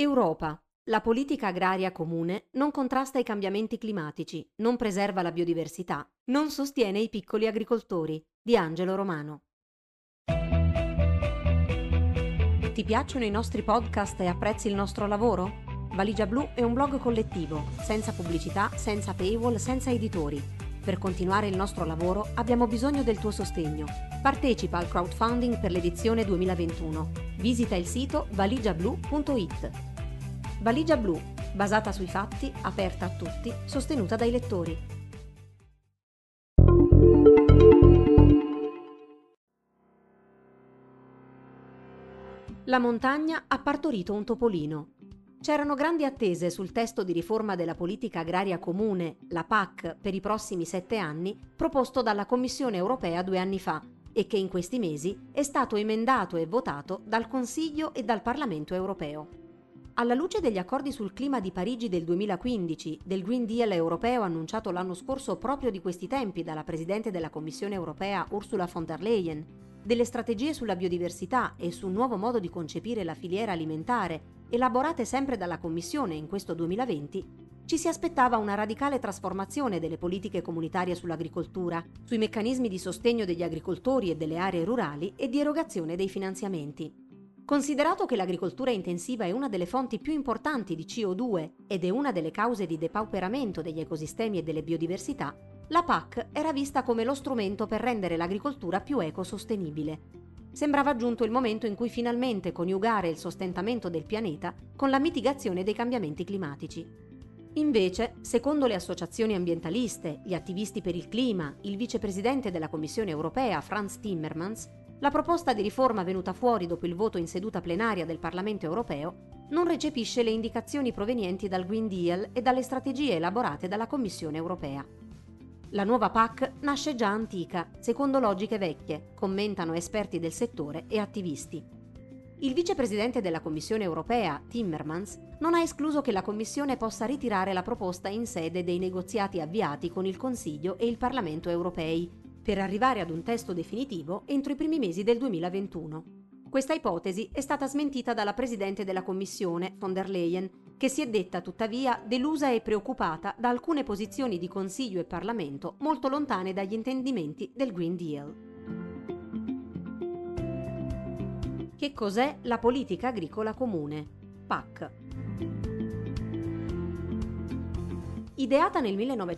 Europa. La politica agraria comune non contrasta i cambiamenti climatici, non preserva la biodiversità, non sostiene i piccoli agricoltori. Di Angelo Romano. Ti piacciono i nostri podcast e apprezzi il nostro lavoro? Valigia Blu è un blog collettivo, senza pubblicità, senza paywall, senza editori. Per continuare il nostro lavoro abbiamo bisogno del tuo sostegno. Partecipa al crowdfunding per l'edizione 2021. Visita il sito valigiablu.it. Valigia Blu, basata sui fatti, aperta a tutti, sostenuta dai lettori. La montagna ha partorito un topolino. C'erano grandi attese sul testo di riforma della politica agraria comune, la PAC, per i prossimi 7 anni, proposto dalla Commissione europea 2 anni fa e che in questi mesi è stato emendato e votato dal Consiglio e dal Parlamento europeo. Alla luce degli accordi sul clima di Parigi del 2015, del Green Deal europeo annunciato l'anno scorso proprio di questi tempi dalla Presidente della Commissione europea Ursula von der Leyen, delle strategie sulla biodiversità e sul nuovo modo di concepire la filiera alimentare, elaborate sempre dalla Commissione in questo 2020, ci si aspettava una radicale trasformazione delle politiche comunitarie sull'agricoltura, sui meccanismi di sostegno degli agricoltori e delle aree rurali e di erogazione dei finanziamenti. Considerato che l'agricoltura intensiva è una delle fonti più importanti di CO2 ed è una delle cause di depauperamento degli ecosistemi e delle biodiversità, la PAC era vista come lo strumento per rendere l'agricoltura più ecosostenibile. Sembrava giunto il momento in cui finalmente coniugare il sostentamento del pianeta con la mitigazione dei cambiamenti climatici. Invece, secondo le associazioni ambientaliste, gli attivisti per il clima, il vicepresidente della Commissione europea Frans Timmermans, la proposta di riforma venuta fuori dopo il voto in seduta plenaria del Parlamento europeo non recepisce le indicazioni provenienti dal Green Deal e dalle strategie elaborate dalla Commissione europea. La nuova PAC nasce già antica, secondo logiche vecchie, commentano esperti del settore e attivisti. Il vicepresidente della Commissione europea, Timmermans, non ha escluso che la Commissione possa ritirare la proposta in sede dei negoziati avviati con il Consiglio e il Parlamento europei, per arrivare ad un testo definitivo entro i primi mesi del 2021. Questa ipotesi è stata smentita dalla Presidente della Commissione, von der Leyen, che si è detta tuttavia delusa e preoccupata da alcune posizioni di Consiglio e Parlamento molto lontane dagli intendimenti del Green Deal. Che cos'è la politica agricola comune? PAC. Ideata nel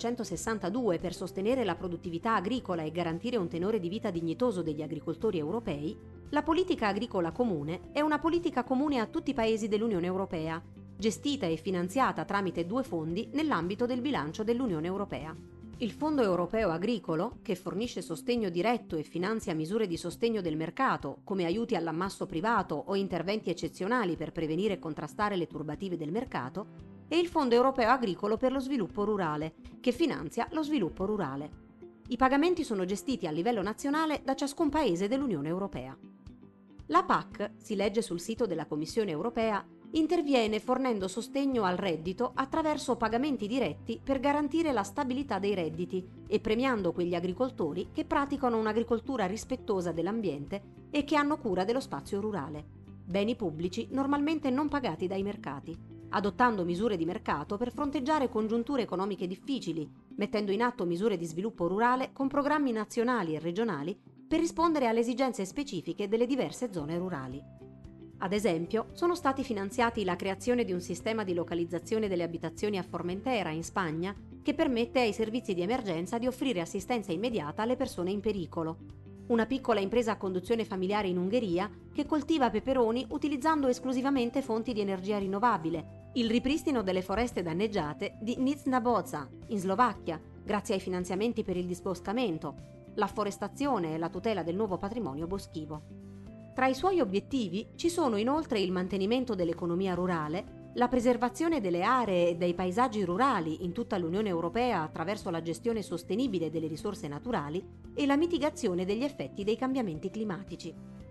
1962 per sostenere la produttività agricola e garantire un tenore di vita dignitoso degli agricoltori europei, la politica agricola comune è una politica comune a tutti i paesi dell'Unione Europea, gestita e finanziata tramite 2 fondi nell'ambito del bilancio dell'Unione Europea. Il Fondo Europeo Agricolo, che fornisce sostegno diretto e finanzia misure di sostegno del mercato, come aiuti all'ammasso privato o interventi eccezionali per prevenire e contrastare le turbative del mercato, e il Fondo Europeo Agricolo per lo Sviluppo Rurale, che finanzia lo sviluppo rurale. I pagamenti sono gestiti a livello nazionale da ciascun paese dell'Unione Europea. La PAC, si legge sul sito della Commissione Europea, interviene fornendo sostegno al reddito attraverso pagamenti diretti per garantire la stabilità dei redditi e premiando quegli agricoltori che praticano un'agricoltura rispettosa dell'ambiente e che hanno cura dello spazio rurale. Beni pubblici normalmente non pagati dai mercati, adottando misure di mercato per fronteggiare congiunture economiche difficili, mettendo in atto misure di sviluppo rurale con programmi nazionali e regionali per rispondere alle esigenze specifiche delle diverse zone rurali. Ad esempio, sono stati finanziati la creazione di un sistema di localizzazione delle abitazioni a Formentera, in Spagna, che permette ai servizi di emergenza di offrire assistenza immediata alle persone in pericolo. Una piccola impresa a conduzione familiare in Ungheria che coltiva peperoni utilizzando esclusivamente fonti di energia rinnovabile. Il ripristino delle foreste danneggiate di Nizhna Boza, in Slovacchia, grazie ai finanziamenti per il disboscamento, l'afforestazione e la tutela del nuovo patrimonio boschivo. Tra i suoi obiettivi ci sono inoltre il mantenimento dell'economia rurale, la preservazione delle aree e dei paesaggi rurali in tutta l'Unione Europea attraverso la gestione sostenibile delle risorse naturali e la mitigazione degli effetti dei cambiamenti climatici.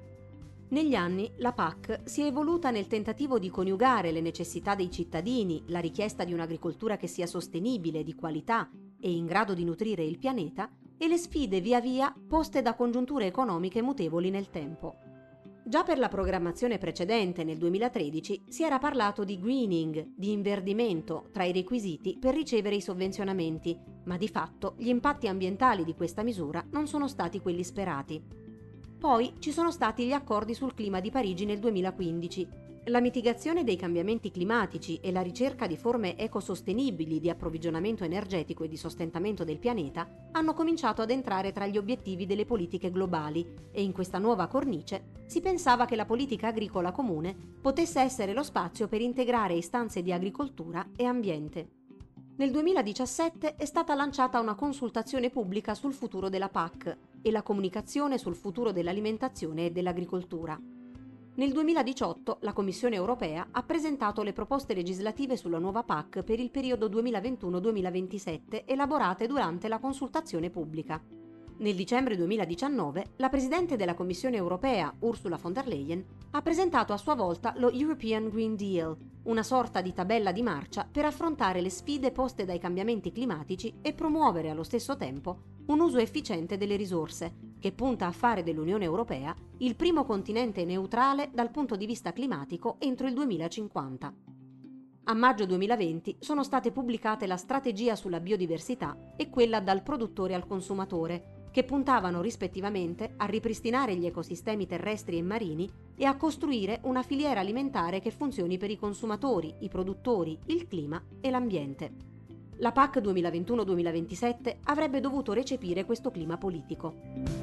Negli anni la PAC si è evoluta nel tentativo di coniugare le necessità dei cittadini, la richiesta di un'agricoltura che sia sostenibile, di qualità e in grado di nutrire il pianeta, e le sfide via via poste da congiunture economiche mutevoli nel tempo. Già per la programmazione precedente, nel 2013, si era parlato di greening, di inverdimento, tra i requisiti per ricevere i sovvenzionamenti, ma di fatto gli impatti ambientali di questa misura non sono stati quelli sperati. Poi ci sono stati gli accordi sul clima di Parigi nel 2015. La mitigazione dei cambiamenti climatici e la ricerca di forme ecosostenibili di approvvigionamento energetico e di sostentamento del pianeta hanno cominciato ad entrare tra gli obiettivi delle politiche globali e in questa nuova cornice si pensava che la politica agricola comune potesse essere lo spazio per integrare istanze di agricoltura e ambiente. Nel 2017 è stata lanciata una consultazione pubblica sul futuro della PAC e la comunicazione sul futuro dell'alimentazione e dell'agricoltura. Nel 2018 la Commissione europea ha presentato le proposte legislative sulla nuova PAC per il periodo 2021-2027 elaborate durante la consultazione pubblica. Nel dicembre 2019 la Presidente della Commissione europea, Ursula von der Leyen, ha presentato a sua volta lo European Green Deal, una sorta di tabella di marcia per affrontare le sfide poste dai cambiamenti climatici e promuovere allo stesso tempo un uso efficiente delle risorse, che punta a fare dell'Unione Europea il primo continente neutrale dal punto di vista climatico entro il 2050. A maggio 2020 sono state pubblicate la strategia sulla biodiversità e quella dal produttore al consumatore, che puntavano rispettivamente a ripristinare gli ecosistemi terrestri e marini e a costruire una filiera alimentare che funzioni per i consumatori, i produttori, il clima e l'ambiente. La PAC 2021-2027 avrebbe dovuto recepire questo clima politico.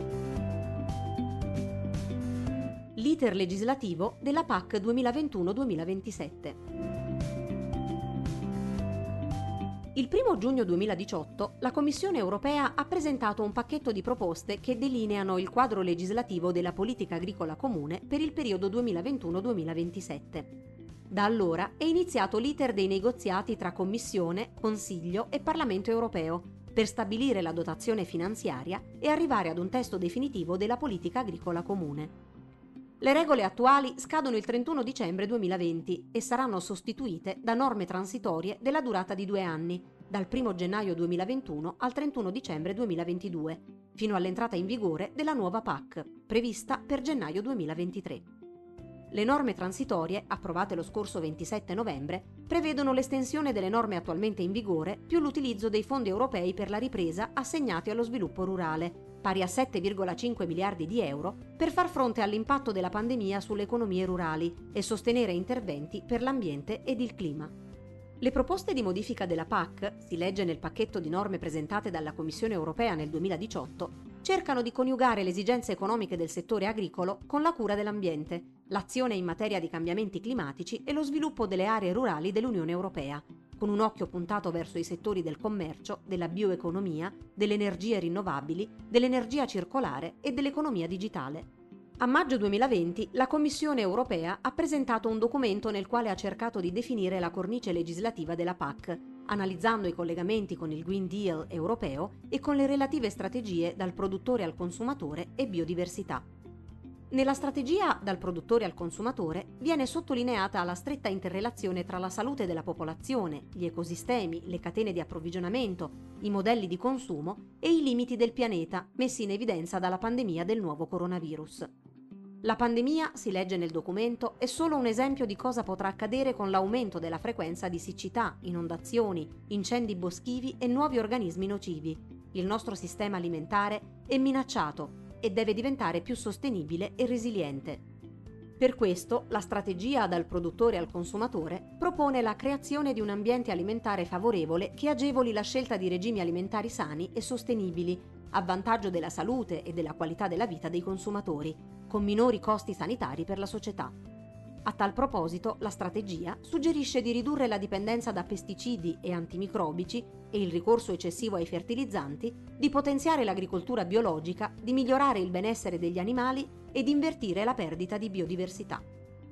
L'iter legislativo della PAC 2021-2027. Il 1 giugno 2018 la Commissione europea ha presentato un pacchetto di proposte che delineano il quadro legislativo della politica agricola comune per il periodo 2021-2027. Da allora è iniziato l'iter dei negoziati tra Commissione, Consiglio e Parlamento europeo per stabilire la dotazione finanziaria e arrivare ad un testo definitivo della politica agricola comune. Le regole attuali scadono il 31 dicembre 2020 e saranno sostituite da norme transitorie della durata di 2 anni, dal 1 gennaio 2021 al 31 dicembre 2022, fino all'entrata in vigore della nuova PAC, prevista per gennaio 2023. Le norme transitorie, approvate lo scorso 27 novembre, prevedono l'estensione delle norme attualmente in vigore più l'utilizzo dei fondi europei per la ripresa assegnati allo sviluppo rurale, pari a 7,5 miliardi di euro, per far fronte all'impatto della pandemia sulle economie rurali e sostenere interventi per l'ambiente ed il clima. Le proposte di modifica della PAC, si legge nel pacchetto di norme presentate dalla Commissione europea nel 2018, cercano di coniugare le esigenze economiche del settore agricolo con la cura dell'ambiente, l'azione in materia di cambiamenti climatici e lo sviluppo delle aree rurali dell'Unione Europea, con un occhio puntato verso i settori del commercio, della bioeconomia, delle energie rinnovabili, dell'energia circolare e dell'economia digitale. A maggio 2020 la Commissione europea ha presentato un documento nel quale ha cercato di definire la cornice legislativa della PAC, analizzando i collegamenti con il Green Deal europeo e con le relative strategie dal produttore al consumatore e biodiversità. Nella strategia dal produttore al consumatore viene sottolineata la stretta interrelazione tra la salute della popolazione, gli ecosistemi, le catene di approvvigionamento, i modelli di consumo e i limiti del pianeta messi in evidenza dalla pandemia del nuovo coronavirus. La pandemia, si legge nel documento, è solo un esempio di cosa potrà accadere con l'aumento della frequenza di siccità, inondazioni, incendi boschivi e nuovi organismi nocivi. Il nostro sistema alimentare è minacciato e deve diventare più sostenibile e resiliente. Per questo, la strategia dal produttore al consumatore propone la creazione di un ambiente alimentare favorevole che agevoli la scelta di regimi alimentari sani e sostenibili, a vantaggio della salute e della qualità della vita dei consumatori, con minori costi sanitari per la società. A tal proposito, la strategia suggerisce di ridurre la dipendenza da pesticidi e antimicrobici e il ricorso eccessivo ai fertilizzanti, di potenziare l'agricoltura biologica, di migliorare il benessere degli animali e di invertire la perdita di biodiversità.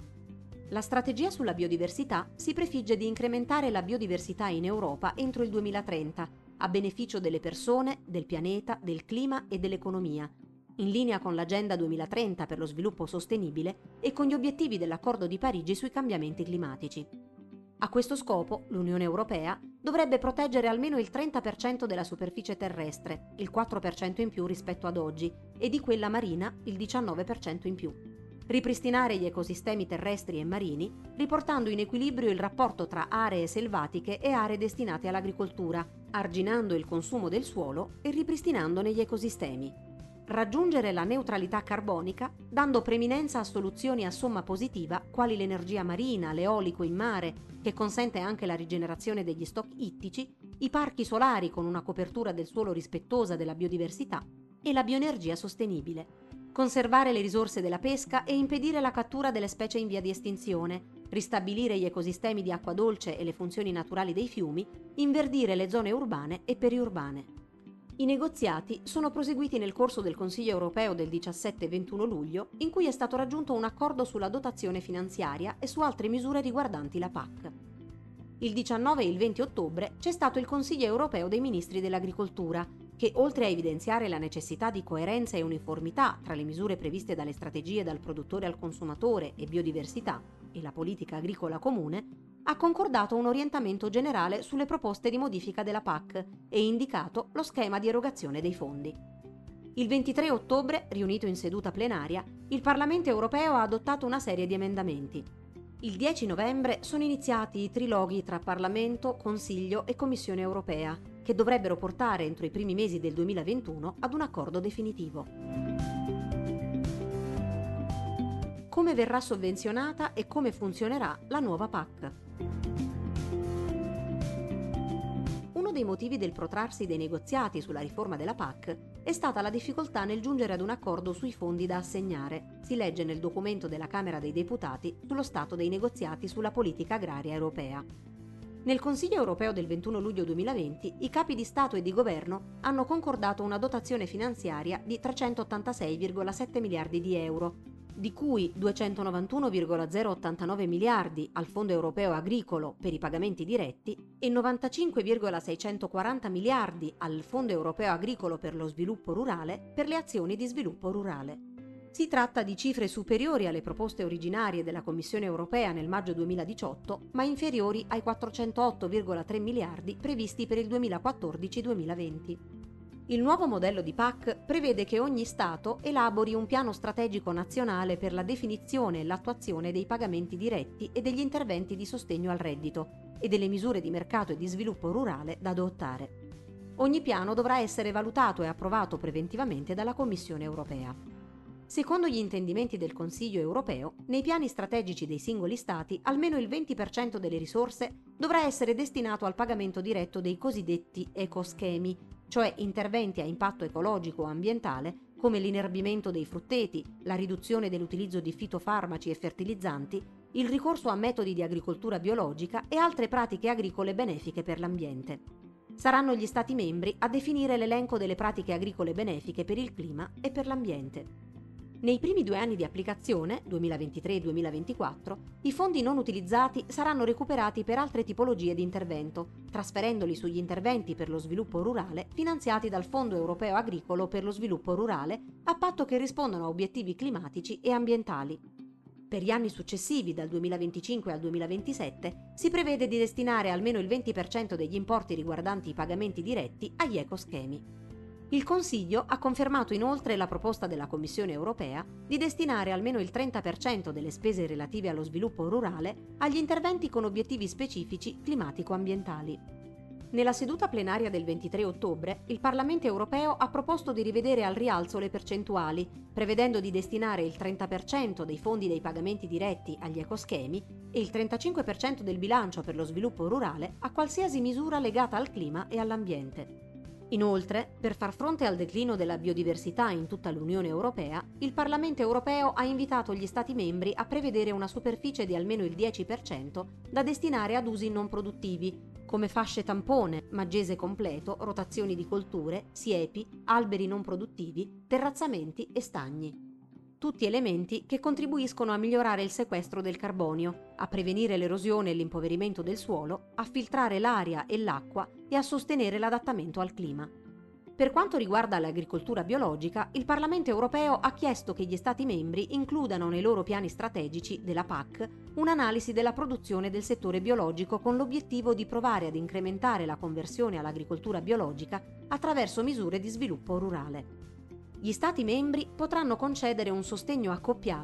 La strategia sulla biodiversità si prefigge di incrementare la biodiversità in Europa entro il 2030, a beneficio delle persone, del pianeta, del clima e dell'economia, in linea con l'Agenda 2030 per lo sviluppo sostenibile e con gli obiettivi dell'Accordo di Parigi sui cambiamenti climatici. A questo scopo, l'Unione Europea dovrebbe proteggere almeno il 30% della superficie terrestre, il 4% in più rispetto ad oggi, e di quella marina il 19% in più. ripristinare gli ecosistemi terrestri e marini, riportando in equilibrio il rapporto tra aree selvatiche e aree destinate all'agricoltura, arginando il consumo del suolo e ripristinandone gli ecosistemi. Raggiungere la neutralità carbonica dando preminenza a soluzioni a somma positiva quali l'energia marina, l'eolico in mare, che consente anche la rigenerazione degli stock ittici, i parchi solari con una copertura del suolo rispettosa della biodiversità e la bioenergia sostenibile. Conservare le risorse della pesca e impedire la cattura delle specie in via di estinzione, ristabilire gli ecosistemi di acqua dolce e le funzioni naturali dei fiumi, inverdire le zone urbane e periurbane. I negoziati sono proseguiti nel corso del Consiglio europeo del 17 e 21 luglio, in cui è stato raggiunto un accordo sulla dotazione finanziaria e su altre misure riguardanti la PAC. Il 19 e il 20 ottobre c'è stato il Consiglio europeo dei ministri dell'agricoltura, che oltre a evidenziare la necessità di coerenza e uniformità tra le misure previste dalle strategie dal produttore al consumatore e biodiversità e la politica agricola comune, ha concordato un orientamento generale sulle proposte di modifica della PAC e indicato lo schema di erogazione dei fondi. Il 23 ottobre, riunito in seduta plenaria, il Parlamento europeo ha adottato una serie di emendamenti. Il 10 novembre sono iniziati i triloghi tra Parlamento, Consiglio e Commissione europea, che dovrebbero portare entro i primi mesi del 2021 ad un accordo definitivo. Come verrà sovvenzionata e come funzionerà la nuova PAC? Uno dei motivi del protrarsi dei negoziati sulla riforma della PAC è stata la difficoltà nel giungere ad un accordo sui fondi da assegnare, si legge nel documento della Camera dei Deputati sullo stato dei negoziati sulla politica agraria europea. Nel Consiglio europeo del 21 luglio 2020 i capi di Stato e di Governo hanno concordato una dotazione finanziaria di 386,7 miliardi di euro, di cui 291,089 miliardi al Fondo europeo agricolo per i pagamenti diretti e 95,640 miliardi al Fondo europeo agricolo per lo sviluppo rurale per le azioni di sviluppo rurale. Si tratta di cifre superiori alle proposte originarie della Commissione europea nel maggio 2018, ma inferiori ai 408,3 miliardi previsti per il 2014-2020. Il nuovo modello di PAC prevede che ogni Stato elabori un piano strategico nazionale per la definizione e l'attuazione dei pagamenti diretti e degli interventi di sostegno al reddito e delle misure di mercato e di sviluppo rurale da adottare. Ogni piano dovrà essere valutato e approvato preventivamente dalla Commissione europea. Secondo gli intendimenti del Consiglio europeo, nei piani strategici dei singoli Stati almeno il 20% delle risorse dovrà essere destinato al pagamento diretto dei cosiddetti ecoschemi, cioè interventi a impatto ecologico o ambientale come l'inerbimento dei frutteti, la riduzione dell'utilizzo di fitofarmaci e fertilizzanti, il ricorso a metodi di agricoltura biologica e altre pratiche agricole benefiche per l'ambiente. Saranno gli Stati membri a definire l'elenco delle pratiche agricole benefiche per il clima e per l'ambiente. Nei primi 2 anni di applicazione, 2023 e 2024, i fondi non utilizzati saranno recuperati per altre tipologie di intervento, trasferendoli sugli interventi per lo sviluppo rurale finanziati dal Fondo europeo agricolo per lo sviluppo rurale, a patto che rispondano a obiettivi climatici e ambientali. Per gli anni successivi, dal 2025 al 2027, si prevede di destinare almeno il 20% degli importi riguardanti i pagamenti diretti agli ecoschemi. Il Consiglio ha confermato inoltre la proposta della Commissione europea di destinare almeno il 30% delle spese relative allo sviluppo rurale agli interventi con obiettivi specifici climatico-ambientali. Nella seduta plenaria del 23 ottobre, il Parlamento europeo ha proposto di rivedere al rialzo le percentuali, prevedendo di destinare il 30% dei fondi dei pagamenti diretti agli ecoschemi e il 35% del bilancio per lo sviluppo rurale a qualsiasi misura legata al clima e all'ambiente. Inoltre, per far fronte al declino della biodiversità in tutta l'Unione Europea, il Parlamento europeo ha invitato gli Stati membri a prevedere una superficie di almeno il 10% da destinare ad usi non produttivi, come fasce tampone, maggese completo, rotazioni di colture, siepi, alberi non produttivi, terrazzamenti e stagni. Tutti elementi che contribuiscono a migliorare il sequestro del carbonio, a prevenire l'erosione e l'impoverimento del suolo, a filtrare l'aria e l'acqua e a sostenere l'adattamento al clima. Per quanto riguarda l'agricoltura biologica, il Parlamento europeo ha chiesto che gli Stati membri includano nei loro piani strategici della PAC un'analisi della produzione del settore biologico con l'obiettivo di provare ad incrementare la conversione all'agricoltura biologica attraverso misure di sviluppo rurale. Gli Stati membri potranno concedere un sostegno accoppiato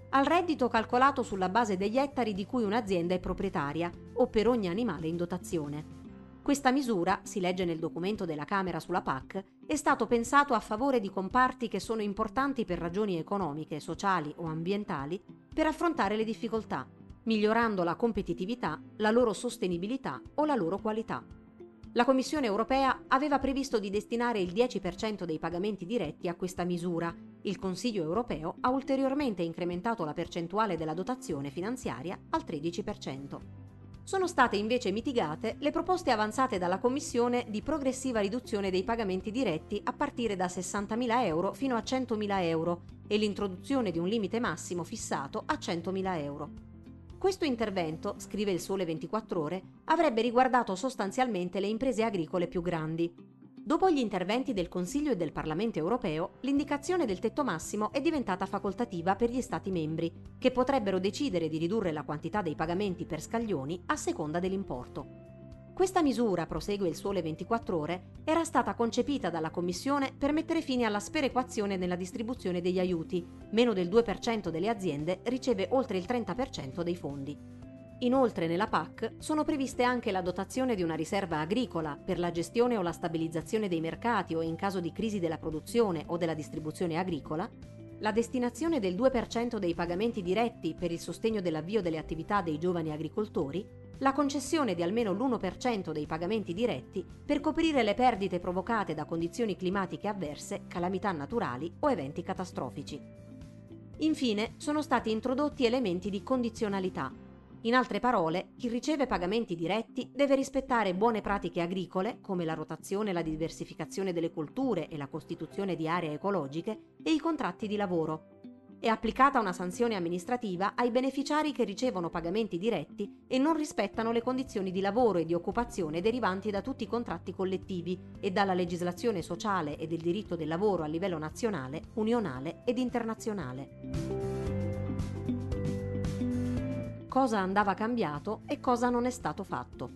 al reddito calcolato sulla base degli ettari di cui un'azienda è proprietaria o per ogni animale in dotazione. Questa misura, si legge nel documento della Camera sulla PAC, è stato pensato a favore di comparti che sono importanti per ragioni economiche, sociali o ambientali per affrontare le difficoltà, migliorando la competitività, la loro sostenibilità o la loro qualità. La Commissione europea aveva previsto di destinare il 10% dei pagamenti diretti a questa misura. Il Consiglio europeo ha ulteriormente incrementato la percentuale della dotazione finanziaria al 13%. Sono state invece mitigate le proposte avanzate dalla Commissione di progressiva riduzione dei pagamenti diretti a partire da 60.000 euro fino a 100.000 euro e l'introduzione di un limite massimo fissato a 100.000 euro. Questo intervento, scrive il Sole 24 Ore, avrebbe riguardato sostanzialmente le imprese agricole più grandi. Dopo gli interventi del Consiglio e del Parlamento europeo, l'indicazione del tetto massimo è diventata facoltativa per gli Stati membri, che potrebbero decidere di ridurre la quantità dei pagamenti per scaglioni a seconda dell'importo. Questa misura, prosegue il Sole 24 Ore, era stata concepita dalla Commissione per mettere fine alla sperequazione nella distribuzione degli aiuti. Meno del 2% delle aziende riceve oltre il 30% dei fondi. Inoltre nella PAC sono previste anche la dotazione di una riserva agricola per la gestione o la stabilizzazione dei mercati o in caso di crisi della produzione o della distribuzione agricola, la destinazione del 2% dei pagamenti diretti per il sostegno dell'avvio delle attività dei giovani agricoltori, la concessione di almeno l'1% dei pagamenti diretti per coprire le perdite provocate da condizioni climatiche avverse, calamità naturali o eventi catastrofici. Infine sono stati introdotti elementi di condizionalità. In altre parole, chi riceve pagamenti diretti deve rispettare buone pratiche agricole, come la rotazione e la diversificazione delle colture e la costituzione di aree ecologiche, e i contratti di lavoro. È applicata una sanzione amministrativa ai beneficiari che ricevono pagamenti diretti e non rispettano le condizioni di lavoro e di occupazione derivanti da tutti i contratti collettivi e dalla legislazione sociale e del diritto del lavoro a livello nazionale, unionale ed internazionale. Cosa andava cambiato e cosa non è stato fatto.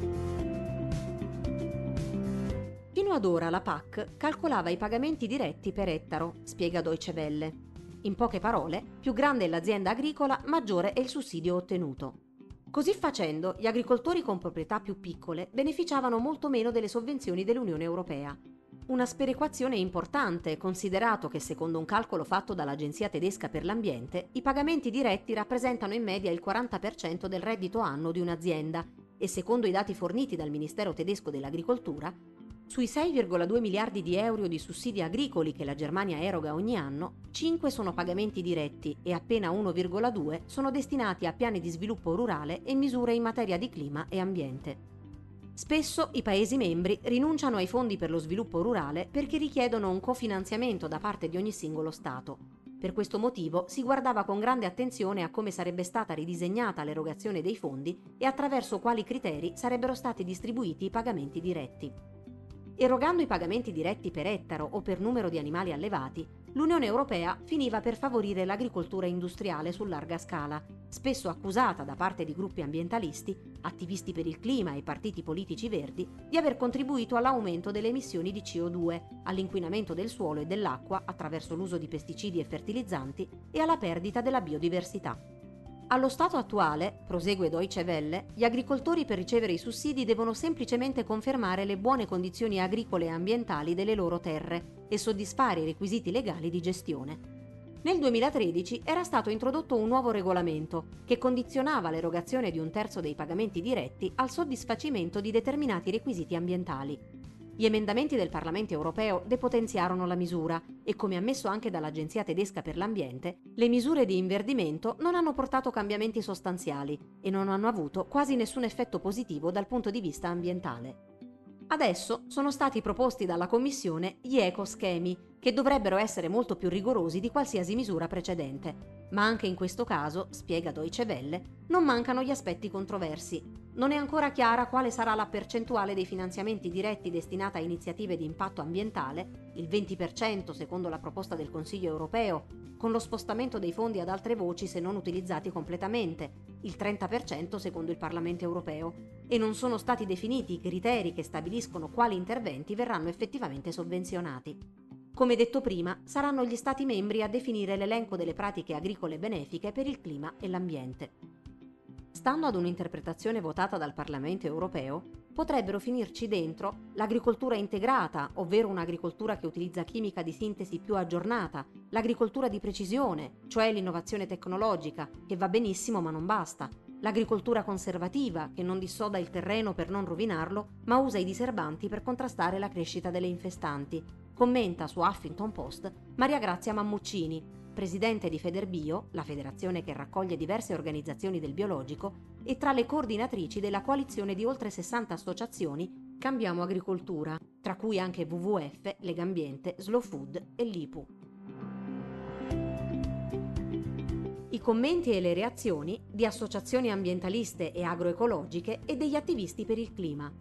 Fino ad ora la PAC calcolava i pagamenti diretti per ettaro, spiega Deutsche Welle. In poche parole, più grande è l'azienda agricola, maggiore è il sussidio ottenuto. Così facendo, gli agricoltori con proprietà più piccole beneficiavano molto meno delle sovvenzioni dell'Unione Europea. Una sperequazione importante, considerato che secondo un calcolo fatto dall'Agenzia tedesca per l'ambiente, i pagamenti diretti rappresentano in media il 40% del reddito annuo di un'azienda e secondo i dati forniti dal Ministero tedesco dell'Agricoltura, sui 6,2 miliardi di euro di sussidi agricoli che la Germania eroga ogni anno, 5 sono pagamenti diretti e appena 1,2 sono destinati a piani di sviluppo rurale e misure in materia di clima e ambiente. Spesso i Paesi membri rinunciano ai fondi per lo sviluppo rurale perché richiedono un cofinanziamento da parte di ogni singolo Stato. Per questo motivo si guardava con grande attenzione a come sarebbe stata ridisegnata l'erogazione dei fondi e attraverso quali criteri sarebbero stati distribuiti i pagamenti diretti. Erogando i pagamenti diretti per ettaro o per numero di animali allevati, l'Unione Europea finiva per favorire l'agricoltura industriale su larga scala, spesso accusata da parte di gruppi ambientalisti, attivisti per il clima e partiti politici verdi, di aver contribuito all'aumento delle emissioni di CO2, all'inquinamento del suolo e dell'acqua attraverso l'uso di pesticidi e fertilizzanti e alla perdita della biodiversità. Allo stato attuale, prosegue Deutsche Welle, gli agricoltori per ricevere i sussidi devono semplicemente confermare le buone condizioni agricole e ambientali delle loro terre e soddisfare i requisiti legali di gestione. Nel 2013 era stato introdotto un nuovo regolamento che condizionava l'erogazione di un terzo dei pagamenti diretti al soddisfacimento di determinati requisiti ambientali. Gli emendamenti del Parlamento europeo depotenziarono la misura e, come ammesso anche dall'Agenzia tedesca per l'ambiente, le misure di inverdimento non hanno portato cambiamenti sostanziali e non hanno avuto quasi nessun effetto positivo dal punto di vista ambientale. Adesso sono stati proposti dalla Commissione gli ecoschemi, che dovrebbero essere molto più rigorosi di qualsiasi misura precedente. Ma anche in questo caso, spiega Deutsche Welle, non mancano gli aspetti controversi. Non è ancora chiara quale sarà la percentuale dei finanziamenti diretti destinata a iniziative di impatto ambientale, il 20% secondo la proposta del Consiglio europeo, con lo spostamento dei fondi ad altre voci se non utilizzati completamente, il 30% secondo il Parlamento europeo, e non sono stati definiti i criteri che stabiliscono quali interventi verranno effettivamente sovvenzionati. Come detto prima, saranno gli Stati membri a definire l'elenco delle pratiche agricole benefiche per il clima e l'ambiente. Stando ad un'interpretazione votata dal Parlamento europeo, potrebbero finirci dentro l'agricoltura integrata, ovvero un'agricoltura che utilizza chimica di sintesi più aggiornata, l'agricoltura di precisione, cioè l'innovazione tecnologica, che va benissimo ma non basta, l'agricoltura conservativa, che non dissoda il terreno per non rovinarlo, ma usa i diserbanti per contrastare la crescita delle infestanti, commenta su Huffington Post Maria Grazia Mammuccini, presidente di Federbio, la federazione che raccoglie diverse organizzazioni del biologico, e tra le coordinatrici della coalizione di oltre 60 associazioni Cambiamo Agricoltura, tra cui anche WWF, Legambiente, Slow Food e l'IPU. I commenti e le reazioni di associazioni ambientaliste e agroecologiche e degli attivisti per il clima.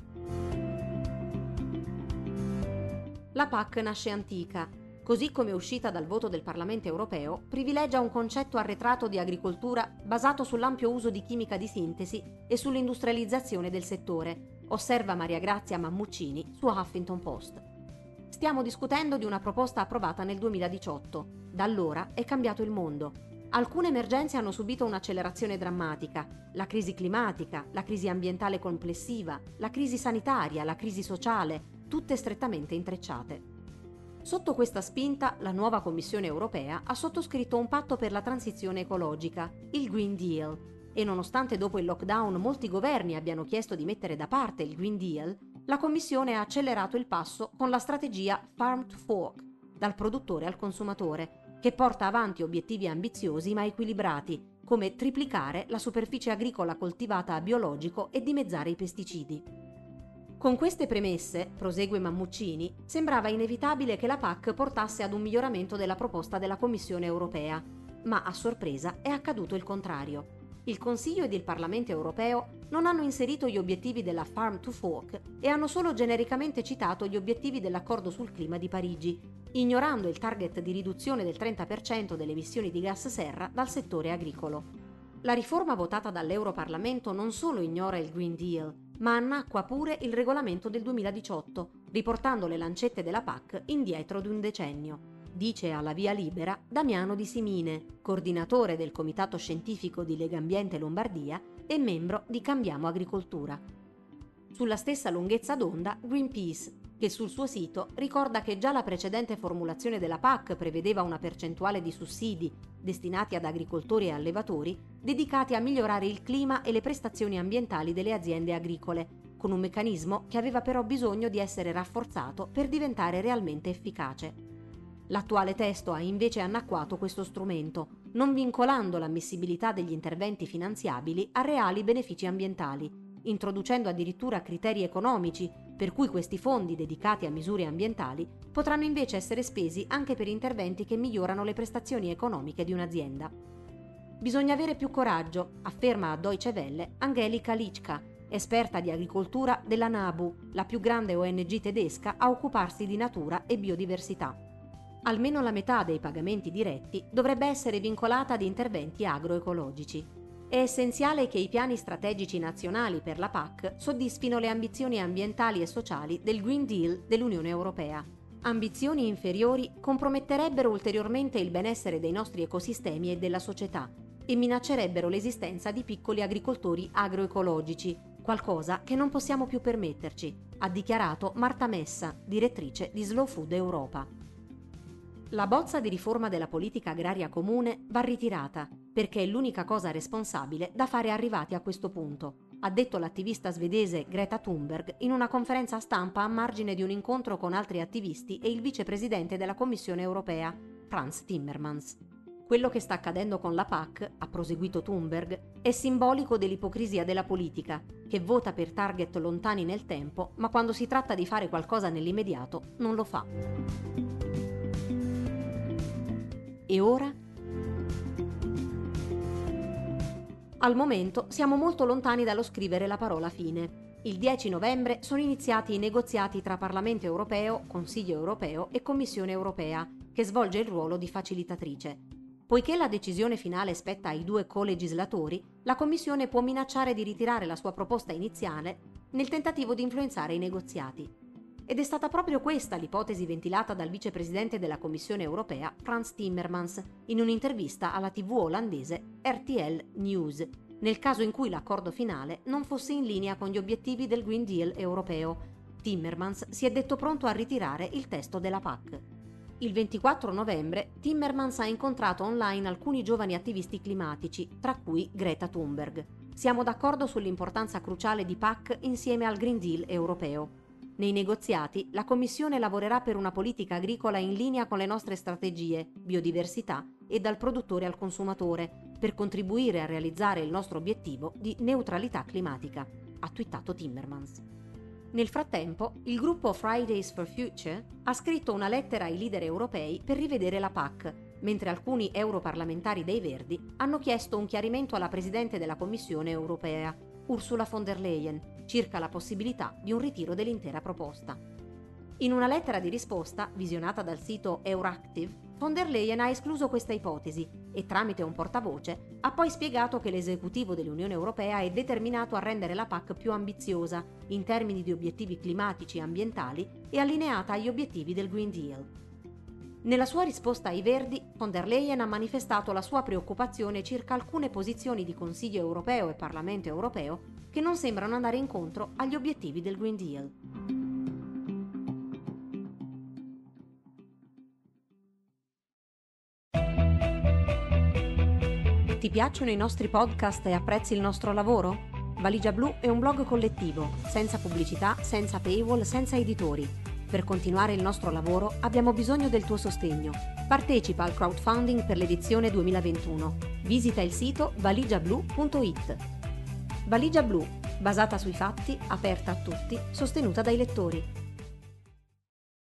La PAC nasce antica. Così come uscita dal voto del Parlamento europeo, privilegia un concetto arretrato di agricoltura basato sull'ampio uso di chimica di sintesi e sull'industrializzazione del settore, osserva Maria Grazia Mammuccini su Huffington Post. Stiamo discutendo di una proposta approvata nel 2018. Da allora è cambiato il mondo. Alcune emergenze hanno subito un'accelerazione drammatica: la crisi climatica, la crisi ambientale complessiva, la crisi sanitaria, la crisi sociale, tutte strettamente intrecciate. Sotto questa spinta, la nuova Commissione europea ha sottoscritto un patto per la transizione ecologica, il Green Deal, e nonostante dopo il lockdown molti governi abbiano chiesto di mettere da parte il Green Deal, la Commissione ha accelerato il passo con la strategia Farm to Fork, dal produttore al consumatore, che porta avanti obiettivi ambiziosi ma equilibrati, come triplicare la superficie agricola coltivata a biologico e dimezzare i pesticidi. Con queste premesse, prosegue Mammuccini, sembrava inevitabile che la PAC portasse ad un miglioramento della proposta della Commissione europea, ma a sorpresa è accaduto il contrario. Il Consiglio ed il Parlamento europeo non hanno inserito gli obiettivi della Farm to Fork e hanno solo genericamente citato gli obiettivi dell'accordo sul clima di Parigi, ignorando il target di riduzione del 30% delle emissioni di gas serra dal settore agricolo. La riforma votata dall'Europarlamento non solo ignora il Green Deal, ma annacqua pure il regolamento del 2018, riportando le lancette della PAC indietro di un decennio. Dice alla Via Libera Damiano Di Simine, coordinatore del Comitato Scientifico di Legambiente Lombardia e membro di Cambiamo Agricoltura. Sulla stessa lunghezza d'onda Greenpeace, che sul suo sito ricorda che già la precedente formulazione della PAC prevedeva una percentuale di sussidi destinati ad agricoltori e allevatori dedicati a migliorare il clima e le prestazioni ambientali delle aziende agricole, con un meccanismo che aveva però bisogno di essere rafforzato per diventare realmente efficace. L'attuale testo ha invece annacquato questo strumento, non vincolando l'ammissibilità degli interventi finanziabili a reali benefici ambientali, introducendo addirittura criteri economici, per cui questi fondi dedicati a misure ambientali potranno invece essere spesi anche per interventi che migliorano le prestazioni economiche di un'azienda. Bisogna avere più coraggio, afferma a Deutsche Welle Angelika Lichka, esperta di agricoltura della NABU, la più grande ONG tedesca a occuparsi di natura e biodiversità. Almeno la metà dei pagamenti diretti dovrebbe essere vincolata ad interventi agroecologici. È essenziale che i piani strategici nazionali per la PAC soddisfino le ambizioni ambientali e sociali del Green Deal dell'Unione Europea. Ambizioni inferiori comprometterebbero ulteriormente il benessere dei nostri ecosistemi e della società e minaccerebbero l'esistenza di piccoli agricoltori agroecologici, qualcosa che non possiamo più permetterci, ha dichiarato Marta Messa, direttrice di Slow Food Europa. La bozza di riforma della politica agraria comune va ritirata, perché è l'unica cosa responsabile da fare arrivati a questo punto, ha detto l'attivista svedese Greta Thunberg in una conferenza stampa a margine di un incontro con altri attivisti e il vicepresidente della Commissione europea, Frans Timmermans. Quello che sta accadendo con la PAC, ha proseguito Thunberg, è simbolico dell'ipocrisia della politica, che vota per target lontani nel tempo, ma quando si tratta di fare qualcosa nell'immediato non lo fa. E ora? Al momento siamo molto lontani dallo scrivere la parola fine. Il 10 novembre sono iniziati i negoziati tra Parlamento europeo, Consiglio europeo e Commissione europea, che svolge il ruolo di facilitatrice. Poiché la decisione finale spetta ai due colegislatori, la Commissione può minacciare di ritirare la sua proposta iniziale nel tentativo di influenzare i negoziati. ed è stata proprio questa l'ipotesi ventilata dal vicepresidente della Commissione europea Frans Timmermans in un'intervista alla TV olandese RTL News, nel caso in cui l'accordo finale non fosse in linea con gli obiettivi del Green Deal europeo. Timmermans si è detto pronto a ritirare il testo della PAC. Il 24 novembre Timmermans ha incontrato online alcuni giovani attivisti climatici, tra cui Greta Thunberg. Siamo d'accordo sull'importanza cruciale di PAC insieme al Green Deal europeo. Nei negoziati, la Commissione lavorerà per una politica agricola in linea con le nostre strategie, biodiversità e dal produttore al consumatore, per contribuire a realizzare il nostro obiettivo di neutralità climatica, ha twittato Timmermans. Nel frattempo, il gruppo Fridays for Future ha scritto una lettera ai leader europei per rivedere la PAC, mentre alcuni europarlamentari dei Verdi hanno chiesto un chiarimento alla Presidente della Commissione europea, Ursula von der Leyen, circa la possibilità di un ritiro dell'intera proposta. In una lettera di risposta, visionata dal sito Euractiv, von der Leyen ha escluso questa ipotesi e, tramite un portavoce, ha poi spiegato che l'esecutivo dell'Unione Europea è determinato a rendere la PAC più ambiziosa in termini di obiettivi climatici e ambientali e allineata agli obiettivi del Green Deal. Nella sua risposta ai Verdi, von der Leyen ha manifestato la sua preoccupazione circa alcune posizioni di Consiglio europeo e Parlamento europeo che non sembrano andare incontro agli obiettivi del Green Deal. Ti piacciono i nostri podcast e apprezzi il nostro lavoro? Valigia Blu è un blog collettivo, senza pubblicità, senza paywall, senza editori. Per continuare il nostro lavoro abbiamo bisogno del tuo sostegno. Partecipa al crowdfunding per l'edizione 2021. Visita il sito valigiablu.it. Valigia Blu, basata sui fatti, aperta a tutti, sostenuta dai lettori.